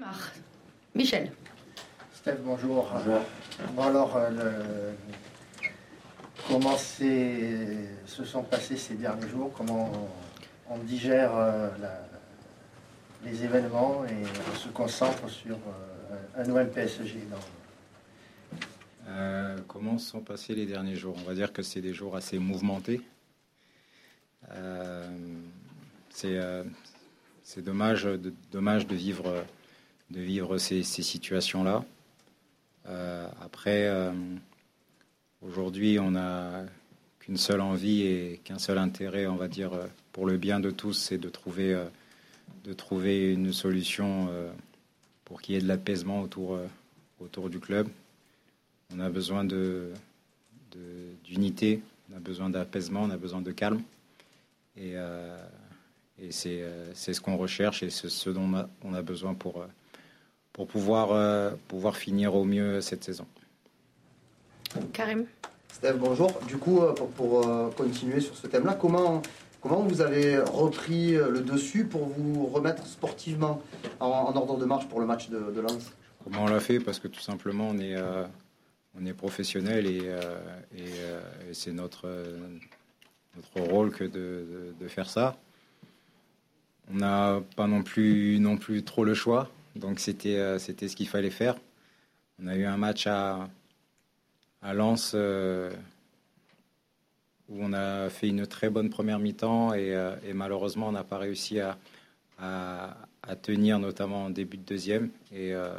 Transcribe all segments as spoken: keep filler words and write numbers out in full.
démarre. Michel. Steph, bonjour. Bonjour. Bon alors, euh, le... comment se sont passés ces derniers jours? Comment on, on digère euh, la... les événements et on se concentre sur euh, un O M P S G dans... Euh, comment se sont passés les derniers jours? On va dire que c'est des jours assez mouvementés. Euh, c'est, euh, c'est dommage, de, dommage de vivre, de vivre ces, ces situations-là. Euh, après, euh, aujourd'hui, on n'a qu'une seule envie et qu'un seul intérêt, on va dire, pour le bien de tous, c'est de trouver, euh, de trouver une solution euh, pour qu'il y ait de l'apaisement autour, euh, autour du club. On a besoin de, de, d'unité, on a besoin d'apaisement, on a besoin de calme. Et, euh, et c'est, euh, c'est ce qu'on recherche et c'est ce dont on a, on a besoin pour, pour pouvoir, euh, pouvoir finir au mieux cette saison. Karim. Steph, bonjour. Du coup, pour, pour euh, continuer sur ce thème-là, comment, comment vous avez repris le dessus pour vous remettre sportivement en, en ordre de marche pour le match de, de Lens? Comment on l'a fait? Parce que tout simplement, on est... Euh, On est professionnel et, euh, et, euh, et c'est notre, euh, notre rôle que de, de, de faire ça. On n'a pas non plus, non plus trop le choix, donc c'était, euh, c'était ce qu'il fallait faire. On a eu un match à, à Lens euh, où on a fait une très bonne première mi-temps et, euh, et malheureusement on n'a pas réussi à, à, à tenir, notamment en début de deuxième. Et, euh,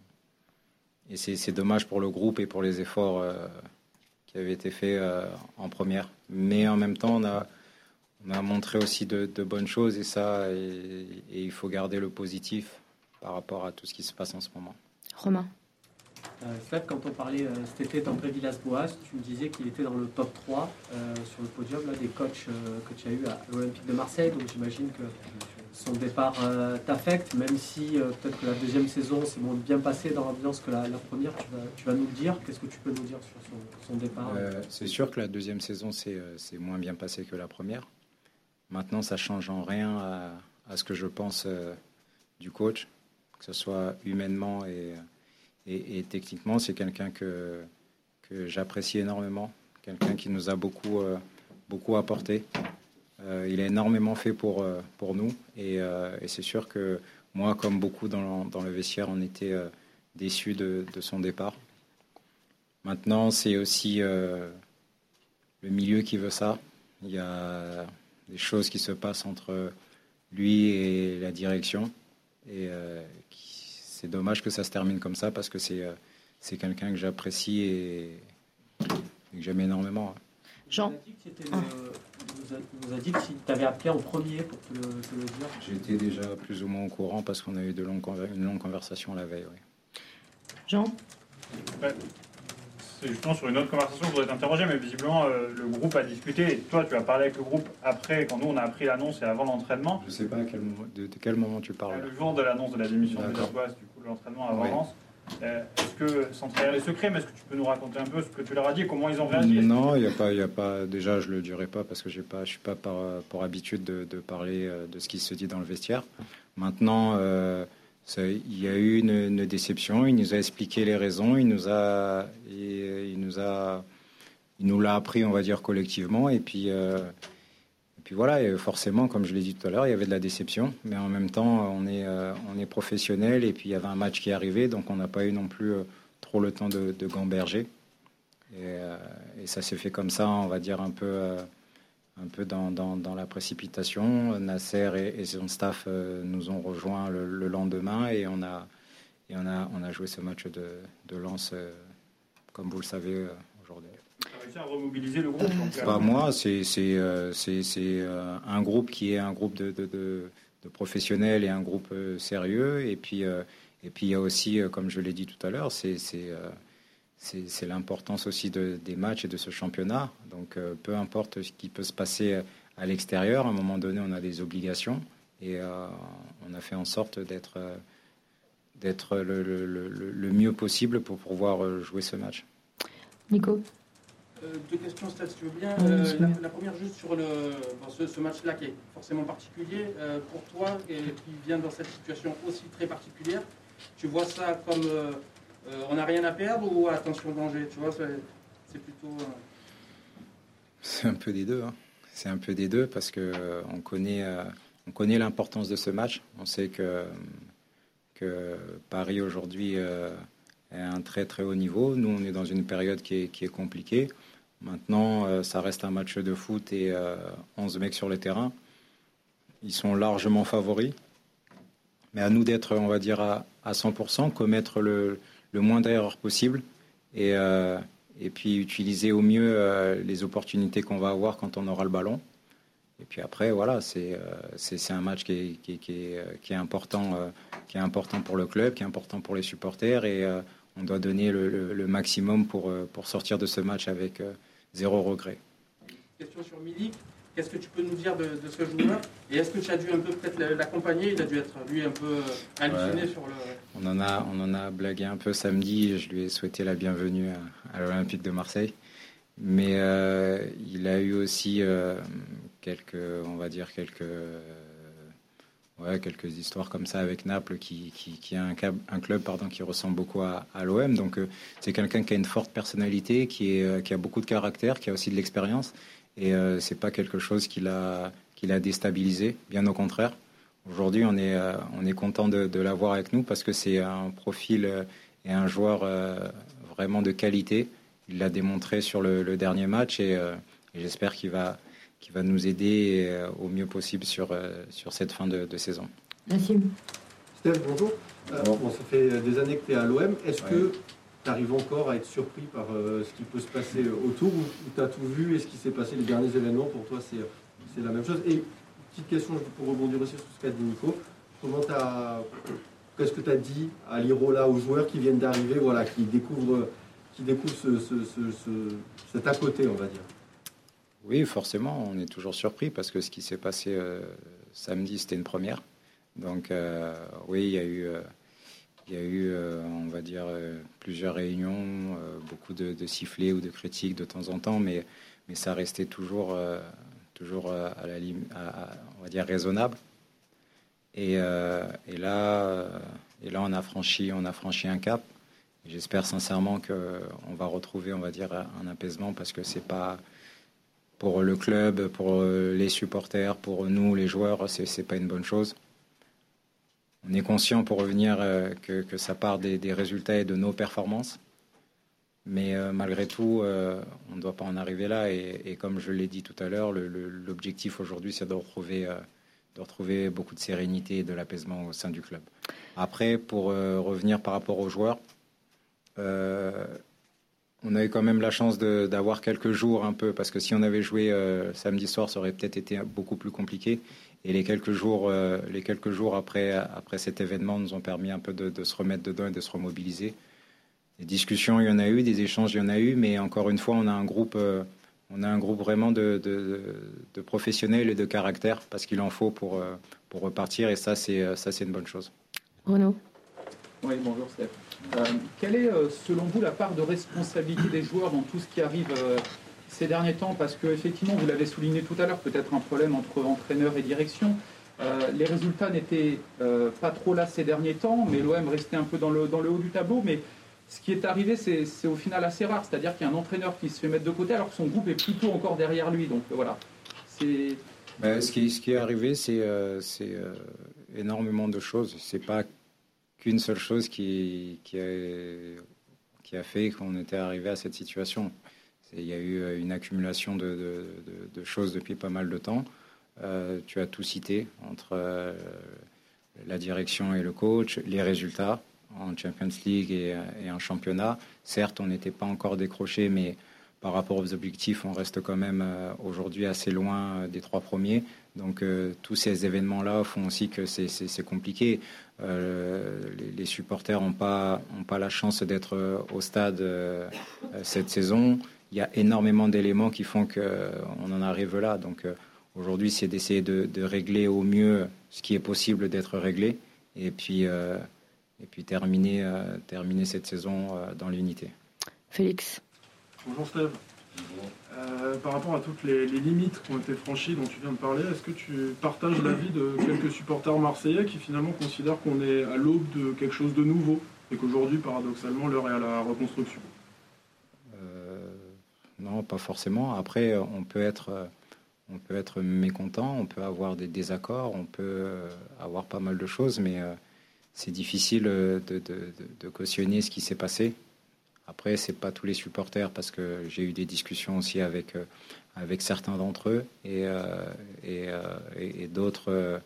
Et c'est, c'est dommage pour le groupe et pour les efforts euh, qui avaient été faits euh, en première. Mais en même temps, on a, on a montré aussi de, de bonnes choses et ça, et, et il faut garder le positif par rapport à tout ce qui se passe en ce moment. Romain. Euh, Steph, quand on parlait euh, cet été d'André Villas-Boas, tu me disais qu'il était dans le top trois euh, sur le podium là, des coachs euh, que tu as eu à l'Olympique de Marseille. Donc j'imagine que son départ euh, t'affecte, même si euh, peut-être que la deuxième saison s'est moins bien passée dans l'ambiance que la, la première. Tu vas, tu vas nous le dire. Qu'est-ce que tu peux nous dire sur son, son départ? euh, C'est sûr que la deuxième saison s'est, s'est moins bien passée que la première. Maintenant, ça ne change en rien à, à ce que je pense euh, du coach, que ce soit humainement et... Et, et techniquement, c'est quelqu'un que, que j'apprécie énormément, quelqu'un qui nous a beaucoup, euh, beaucoup apporté. Euh, il a énormément fait pour, euh, pour nous et, euh, et c'est sûr que moi, comme beaucoup dans, dans le vestiaire, on était euh, déçus de, de son départ. Maintenant, c'est aussi euh, le milieu qui veut ça. Il y a des choses qui se passent entre lui et la direction et euh, qui c'est dommage que ça se termine comme ça parce que c'est, euh, c'est quelqu'un que j'apprécie et, et que j'aime énormément. Jean. On nous a dit que tu avais appelé en premier pour te le, te le dire. J'étais déjà plus ou moins au courant parce qu'on a eu de longues, une longue conversation la veille. Oui. Jean. Ouais. C'est justement sur une autre conversation que je voudrais t'interroger, mais visiblement euh, le groupe a discuté et toi tu as parlé avec le groupe après, quand nous on a appris l'annonce et avant l'entraînement. Je ne sais pas à quel moment, de, de quel moment tu parles. Le jour de l'annonce de la démission de Villas-Boas, du coup l'entraînement avant Lens. Euh, est-ce que, sans trahir les secrets, mais est-ce que tu peux nous raconter un peu ce que tu leur as dit et comment ils ont réagi? Non, il n'y a pas, il y a pas. Déjà, je le dirai pas parce que j'ai pas, je suis pas par, pour habitude de, de parler de ce qui se dit dans le vestiaire. Maintenant. Euh, Ça, il y a eu une, une déception. Il nous a expliqué les raisons. Il nous a, il, il nous a, il nous l'a appris, on va dire collectivement. Et puis, euh, et puis voilà. Et forcément, comme je l'ai dit tout à l'heure, il y avait de la déception. Mais en même temps, on est, euh, on est professionnel. Et puis il y avait un match qui arrivait, donc on n'a pas eu non plus euh, trop le temps de, de gamberger. Et, euh, et ça s'est fait comme ça, on va dire un peu. Euh, un peu dans, dans, dans la précipitation. Nasser et, et son staff euh, nous ont rejoints le, le lendemain et on a, et on a, on a joué ce match de, de Lens, euh, comme vous le savez, euh, aujourd'hui. Tu as réussi à remobiliser le groupe? Donc, c'est pas moi, c'est, c'est, euh, c'est, c'est euh, un groupe qui est un groupe de, de, de, de professionnels et un groupe euh, sérieux. Et puis, euh, et puis il y a aussi, euh, comme je l'ai dit tout à l'heure, c'est... c'est euh, C'est, c'est l'importance aussi de, des matchs et de ce championnat. Donc, euh, peu importe ce qui peut se passer à l'extérieur, à un moment donné, on a des obligations. Et euh, on a fait en sorte d'être, euh, d'être le, le, le, le mieux possible pour pouvoir jouer ce match. Nico. Euh, deux questions, Steph, si tu veux bien. Euh, la, la première, juste sur le, bon, ce, ce match-là qui est forcément particulier. Euh, pour toi, et qui vient dans cette situation aussi très particulière, Tu vois ça comme euh, euh, on n'a rien à perdre ou attention danger? Tu vois, c'est, c'est plutôt. Euh... C'est un peu des deux. Hein. C'est un peu des deux parce que euh, on connaît, euh, on connaît l'importance de ce match. On sait que, que Paris aujourd'hui euh, est à un très très haut niveau. Nous, on est dans une période qui est, qui est compliquée. Maintenant, euh, ça reste un match de foot et euh, onze mecs sur le terrain. Ils sont largement favoris. Mais à nous d'être, on va dire, à, à cent pour cent, commettre le, le moins d'erreurs possible et, euh, et puis utiliser au mieux euh, les opportunités qu'on va avoir quand on aura le ballon. Et puis après, voilà, c'est, euh, c'est, c'est un match qui est, qui est, qui est, qui est important, euh, qui est important pour le club, qui est important pour les supporters et euh, on doit donner le, le, le maximum pour, pour sortir de ce match avec euh, zéro regret. Question sur Milik. Qu'est-ce que tu peux nous dire de, de ce joueur? Et est-ce que tu as dû un peu peut-être l'accompagner? Il a dû être, lui, un peu halluciné ouais. sur le... On en a, on en a blagué un peu samedi. Je lui ai souhaité la bienvenue à, à l'Olympique de Marseille. Mais euh, il a eu aussi euh, quelques, on va dire, quelques, euh, ouais, quelques histoires comme ça avec Naples, qui, qui, qui a un, un club pardon, qui ressemble beaucoup à, à l'O M. Donc euh, c'est quelqu'un qui a une forte personnalité, qui, est, qui a beaucoup de caractère, qui a aussi de l'expérience. Et euh, c'est pas quelque chose qui l'a, qui l'a déstabilisé, bien au contraire. Aujourd'hui, on est, euh, on est content de, de l'avoir avec nous parce que c'est un profil euh, et un joueur euh, vraiment de qualité. Il l'a démontré sur le, le dernier match et, euh, et j'espère qu'il va, qu'il va nous aider euh, au mieux possible sur, euh, sur cette fin de, de saison. Nassim. Steph, bonjour. Euh, bon. Bon, ça fait des années que tu es à l'O M. Est-ce ouais. que tu arrives encore à être surpris par euh, ce qui peut se passer autour ou, ou tu as tout vu et ce qui s'est passé, les derniers événements, pour toi, c'est, c'est la même chose? Et petite question pour rebondir aussi sur ce qu'a dit Nico. Comment t'as, qu'est-ce que tu as dit à l'Irola, aux joueurs qui viennent d'arriver, voilà, qui découvrent, qui découvrent ce, ce, ce, ce, cet à côté, on va dire? Oui, forcément, on est toujours surpris parce que ce qui s'est passé euh, samedi, c'était une première. Donc, euh, oui, il y a eu... Euh, Il y a eu, euh, on va dire, euh, plusieurs réunions, euh, beaucoup de, de sifflets ou de critiques de temps en temps, mais, mais ça restait toujours, euh, toujours à la limite, on va dire, raisonnable. Et, euh, et, là, euh, et là, on a franchi, on a franchi un cap. Et j'espère sincèrement qu'on va retrouver, on va dire, un apaisement parce que c'est pas pour le club, pour les supporters, pour nous, les joueurs, c'est, c'est pas une bonne chose. On est conscient pour revenir euh, que, que ça part des, des résultats et de nos performances. Mais euh, malgré tout, euh, on ne doit pas en arriver là. Et, et comme je l'ai dit tout à l'heure, le, le, l'objectif aujourd'hui, c'est de retrouver, euh, de retrouver beaucoup de sérénité et de l'apaisement au sein du club. Après, pour euh, revenir par rapport aux joueurs, euh, on a eu quand même la chance de, d'avoir quelques jours un peu, parce que si on avait joué euh, samedi soir, ça aurait peut-être été beaucoup plus compliqué. Et les quelques jours, euh, les quelques jours après, après cet événement nous ont permis un peu de, de se remettre dedans et de se remobiliser. Des discussions, il y en a eu, des échanges, il y en a eu, mais encore une fois, on a un groupe, euh, on a un groupe vraiment de, de, de professionnels et de caractère, parce qu'il en faut pour, euh, pour repartir, et ça c'est, ça, c'est une bonne chose. Renaud. Oui, bonjour Steph. Euh, quelle est, euh, selon vous, la part de responsabilité des joueurs dans tout ce qui arrive euh, ces derniers temps? Parce qu'effectivement, vous l'avez souligné tout à l'heure, peut-être un problème entre entraîneur et direction. Euh, les résultats n'étaient euh, pas trop là ces derniers temps, mais l'O M restait un peu dans le, dans le haut du tableau. Mais ce qui est arrivé, c'est, c'est au final assez rare. C'est-à-dire qu'il y a un entraîneur qui se fait mettre de côté alors que son groupe est plutôt encore derrière lui. Donc voilà. C'est... Ben, ce, qui, ce qui est arrivé, c'est, euh, c'est euh, énormément de choses. C'est pas qu'une seule chose qui, qui, a, qui a fait qu'on était arrivé à cette situation. C'est, il y a eu une accumulation de, de, de, de choses depuis pas mal de temps. Euh, tu as tout cité, entre euh, la direction et le coach, les résultats en Champions League et, et en championnat. Certes, on n'était pas encore décroché, mais par rapport aux objectifs, on reste quand même euh, aujourd'hui assez loin euh, des trois premiers. Donc euh, tous ces événements-là font aussi que c'est, c'est, c'est compliqué. Euh, les, les supporters n'ont pas, ont pas la chance d'être euh, au stade euh, cette saison. Il y a énormément d'éléments qui font qu'on euh, en arrive là. Donc euh, aujourd'hui, c'est d'essayer de, de régler au mieux ce qui est possible d'être réglé. Et puis, euh, et puis terminer, euh, terminer cette saison euh, dans l'unité. Félix. Bonjour Steve. Euh, par rapport à toutes les, les limites qui ont été franchies dont tu viens de parler, est-ce que tu partages l'avis de quelques supporters marseillais qui finalement considèrent qu'on est à l'aube de quelque chose de nouveau et qu'aujourd'hui, paradoxalement, l'heure est à la reconstruction? euh, Non, pas forcément. Après, on peut être, on peut être mécontent, on peut avoir des désaccords, on peut avoir pas mal de choses, mais euh, c'est difficile de, de, de, de cautionner ce qui s'est passé. Après, c'est pas tous les supporters, parce que j'ai eu des discussions aussi avec, euh, avec certains d'entre eux et, euh, et, euh, et, et d'autres euh,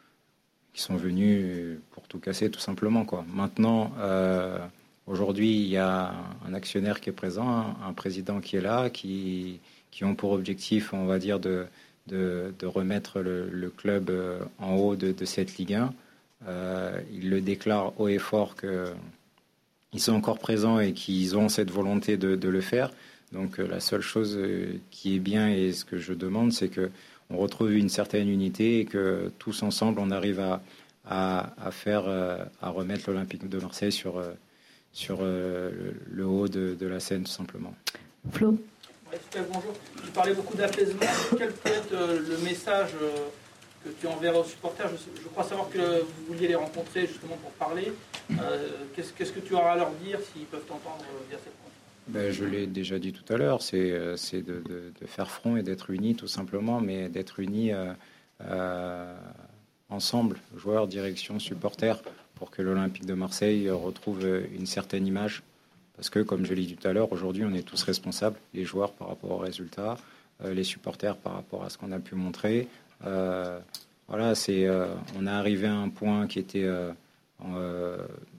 qui sont venus pour tout casser, tout simplement, quoi. Maintenant, euh, aujourd'hui, il y a un actionnaire qui est présent, un, un président qui est là, qui, qui ont pour objectif, on va dire, de, de, de remettre le, le club en haut de, de cette Ligue un. Euh, ils le déclarent haut et fort que ils sont encore présents et qu'ils ont cette volonté de, de le faire. Donc euh, la seule chose euh, qui est bien et ce que je demande, c'est qu'on retrouve une certaine unité et que tous ensemble, on arrive à, à, à faire, euh, à remettre l'Olympique de Marseille sur, euh, sur euh, le, le haut de, de la scène, tout simplement. Flo. Ouais, Steph, bonjour. Tu parlais beaucoup d'apaisement. Quel peut être euh, le message euh, que tu enverras aux supporters? je, je crois savoir que vous vouliez les rencontrer justement pour parler. Euh, qu'est-ce, qu'est-ce que tu auras à leur dire s'ils peuvent t'entendre via cette rencontre? Ben, je l'ai déjà dit tout à l'heure, c'est, c'est de, de, de faire front et d'être unis tout simplement, mais d'être unis euh, euh, ensemble, joueurs, direction, supporters, pour que l'Olympique de Marseille retrouve une certaine image. Parce que, comme je l'ai dit tout à l'heure, aujourd'hui, on est tous responsables, les joueurs par rapport aux résultats, euh, les supporters par rapport à ce qu'on a pu montrer. Euh, voilà, c'est, euh, on est arrivé à un point qui était euh, euh,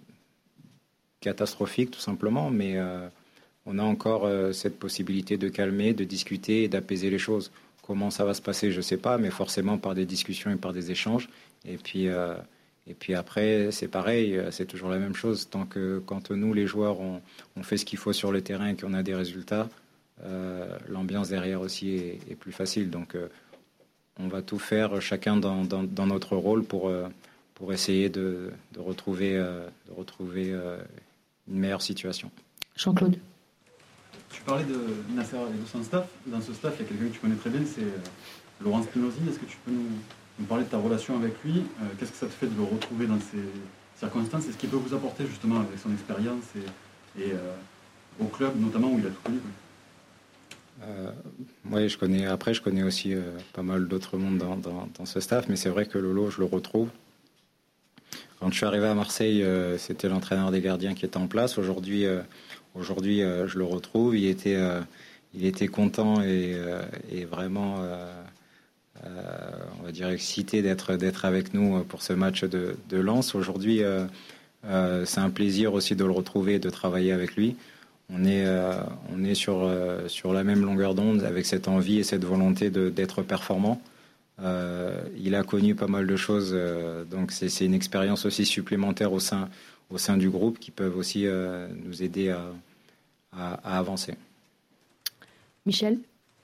catastrophique, tout simplement, mais euh, on a encore euh, cette possibilité de calmer, de discuter et d'apaiser les choses. Comment ça va se passer, je ne sais pas, mais forcément par des discussions et par des échanges. Et puis, euh, et puis après, c'est pareil, c'est toujours la même chose. Tant que quand nous, les joueurs, on, on fait ce qu'il faut sur le terrain et qu'on a des résultats, euh, l'ambiance derrière aussi est, est plus facile. Donc, euh, on va tout faire, chacun dans, dans, dans notre rôle, pour, euh, pour essayer de, de retrouver, euh, de retrouver euh, une meilleure situation. Jean-Claude. Tu parlais de Nasser et de son staff. Dans ce staff, il y a quelqu'un que tu connais très bien, c'est Laurent Spinozzi. Est-ce que tu peux nous, nous parler de ta relation avec lui? euh, Qu'est-ce que ça te fait de le retrouver dans ces circonstances? Est-ce qu'il peut vous apporter justement avec son expérience et, et euh, au club notamment où il a tout connu, quoi? Euh, oui, je connais. Après, je connais aussi euh, pas mal d'autres mondes dans, dans, dans ce staff, mais c'est vrai que Lolo, je le retrouve. Quand je suis arrivé à Marseille, euh, c'était l'entraîneur des gardiens qui était en place. Aujourd'hui, euh, aujourd'hui, euh, je le retrouve. Il était, euh, il était content et, euh, et vraiment, euh, euh, on va dire, excité d'être, d'être avec nous pour ce match de, de Lens. Aujourd'hui, euh, euh, c'est un plaisir aussi de le retrouver et de travailler avec lui. On est, euh, on est sur, euh, sur la même longueur d'onde, avec cette envie et cette volonté de, d'être performant. Euh, il a connu pas mal de choses, euh, donc c'est, c'est une expérience aussi supplémentaire au sein, au sein du groupe qui peuvent aussi euh, nous aider à, à, à avancer. Michel.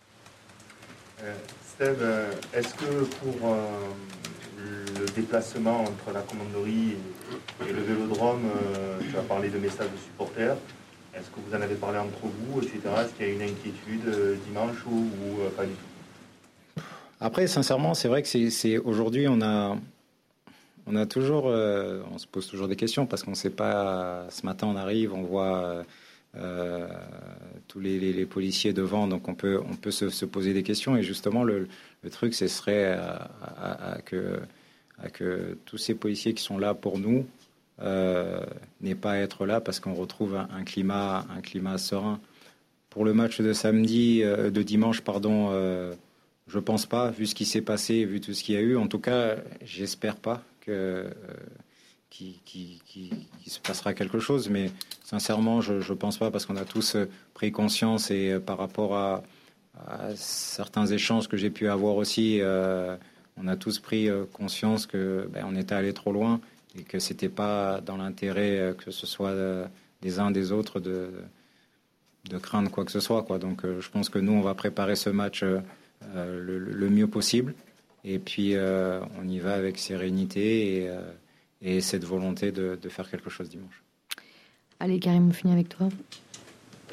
euh, Steve, euh, est-ce que pour euh, le déplacement entre la commanderie et, et le vélodrome, euh, tu as parlé de messages de supporters? Est-ce que vous en avez parlé entre vous, et cetera? Est-ce qu'il y a une inquiétude euh, dimanche ou, ou euh, pas du tout? Après, sincèrement, c'est vrai que c'est, c'est aujourd'hui, on a, on a toujours, euh, on se pose toujours des questions parce qu'on ne sait pas. Ce matin, on arrive, on voit euh, tous les, les, les policiers devant, donc on peut, on peut se, se poser des questions. Et justement, le, le truc, ce serait à, à, à que, à que tous ces policiers qui sont là pour nous euh, n'aient pas à être là parce qu'on retrouve un, un climat, un climat serein. Pour le match de samedi, euh, de dimanche, pardon. Euh, Je pense pas, vu ce qui s'est passé, vu tout ce qu'il y a eu. En tout cas, j'espère pas que euh, qu'il, qu'il, qu'il, qu'il se passera quelque chose. Mais sincèrement, je je pense pas parce qu'on a tous pris conscience et euh, par rapport à, à certains échanges que j'ai pu avoir aussi, euh, on a tous pris euh, conscience que ben, on était allé trop loin et que c'était pas dans l'intérêt euh, que ce soit euh, des uns des autres de de craindre quoi que ce soit, quoi. Donc, euh, je pense que nous, on va préparer ce match. Euh, Euh, le, le mieux possible et puis euh, on y va avec sérénité et, euh, et cette volonté de, de faire quelque chose dimanche. Allez Karim, on finit avec toi.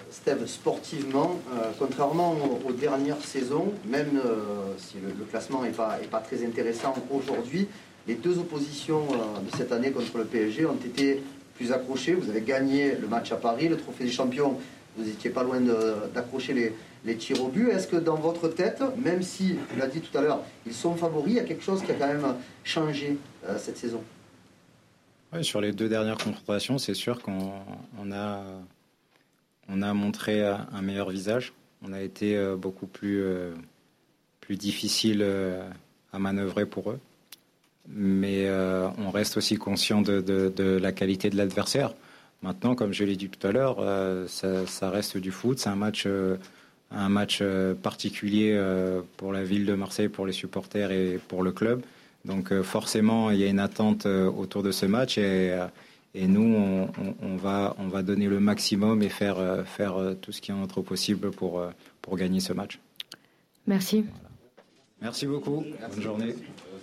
Steve, sportivement, euh, contrairement aux, aux dernières saisons, même euh, si le, le classement n'est pas, est pas très intéressant aujourd'hui, les deux oppositions euh, de cette année contre le P S G ont été plus accrochées. Vous avez gagné le match à Paris, le Trophée des Champions, vous n'étiez pas loin de, d'accrocher les, les tirs au but. Est-ce que dans votre tête, même si, tu l'as dit tout à l'heure, ils sont favoris, il y a quelque chose qui a quand même changé euh, cette saison? Ouais, sur les deux dernières confrontations, c'est sûr qu'on on a, on a montré un meilleur visage. On a été beaucoup plus, plus difficile à manœuvrer pour eux. Mais on reste aussi conscient de, de, de la qualité de l'adversaire. Maintenant, comme je l'ai dit tout à l'heure, ça, ça reste du foot. C'est un match, un match particulier pour la ville de Marseille, pour les supporters et pour le club. Donc euh, forcément, il y a une attente euh, autour de ce match et, euh, et nous, on, on, on, va, on va donner le maximum et faire, euh, faire euh, tout ce qui est en notre possible pour, euh, pour gagner ce match. Merci. Voilà. Merci beaucoup. Merci. Bonne journée.